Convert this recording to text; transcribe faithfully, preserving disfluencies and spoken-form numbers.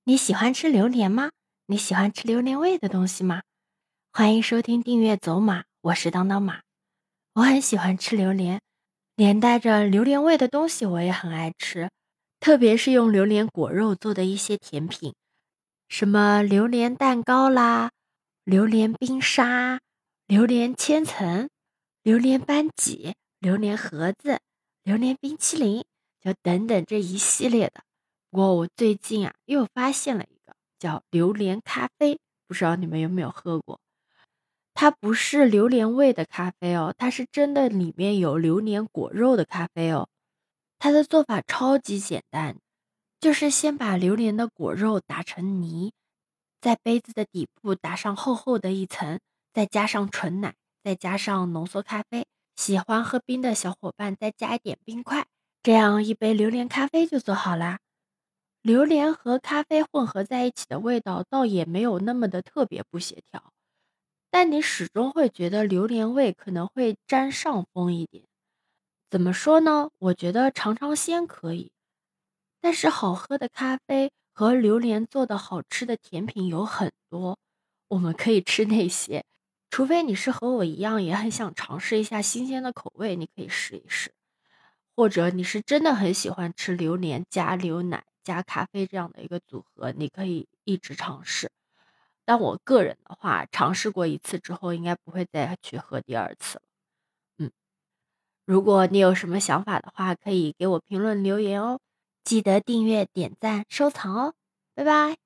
你喜欢吃榴莲吗？你喜欢吃榴莲味的东西吗？欢迎收听订阅走马，我是当当马。我很喜欢吃榴莲，连带着榴莲味的东西我也很爱吃，特别是用榴莲果肉做的一些甜品，什么榴莲蛋糕啦、榴莲冰沙、榴莲千层、榴莲班戟、榴莲盒子、榴莲冰淇淋，就等等这一系列的。不过我最近啊又发现了一个叫榴莲咖啡，不知道你们有没有喝过？它不是榴莲味的咖啡哦，它是真的里面有榴莲果肉的咖啡哦。它的做法超级简单，就是先把榴莲的果肉打成泥，在杯子的底部打上厚厚的一层，再加上纯奶，再加上浓缩咖啡。喜欢喝冰的小伙伴再加一点冰块，这样一杯榴莲咖啡就做好啦。榴莲和咖啡混合在一起的味道倒也没有那么的特别不协调，但你始终会觉得榴莲味可能会占上风一点。怎么说呢？我觉得尝尝鲜可以，但是好喝的咖啡和榴莲做的好吃的甜品有很多，我们可以吃那些。除非你是和我一样也很想尝试一下新鲜的口味，你可以试一试。或者你是真的很喜欢吃榴莲加牛奶加咖啡这样的一个组合，你可以一直尝试。但我个人的话，尝试过一次之后，应该不会再去喝第二次了。嗯，如果你有什么想法的话，可以给我评论留言哦。记得订阅、点赞、收藏哦。拜拜。